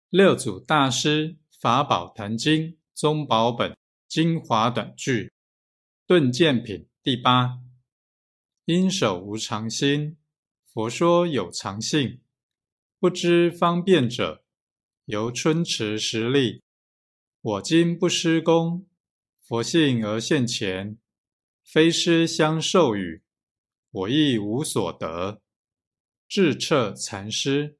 六祖大师法宝坛经宗宝本精华短句顿渐品第8。因守无常心，佛说有常性。不知方便者，由春池实力。我今不施功，佛性而现前，非师相授予，我亦无所得。智彻禅师。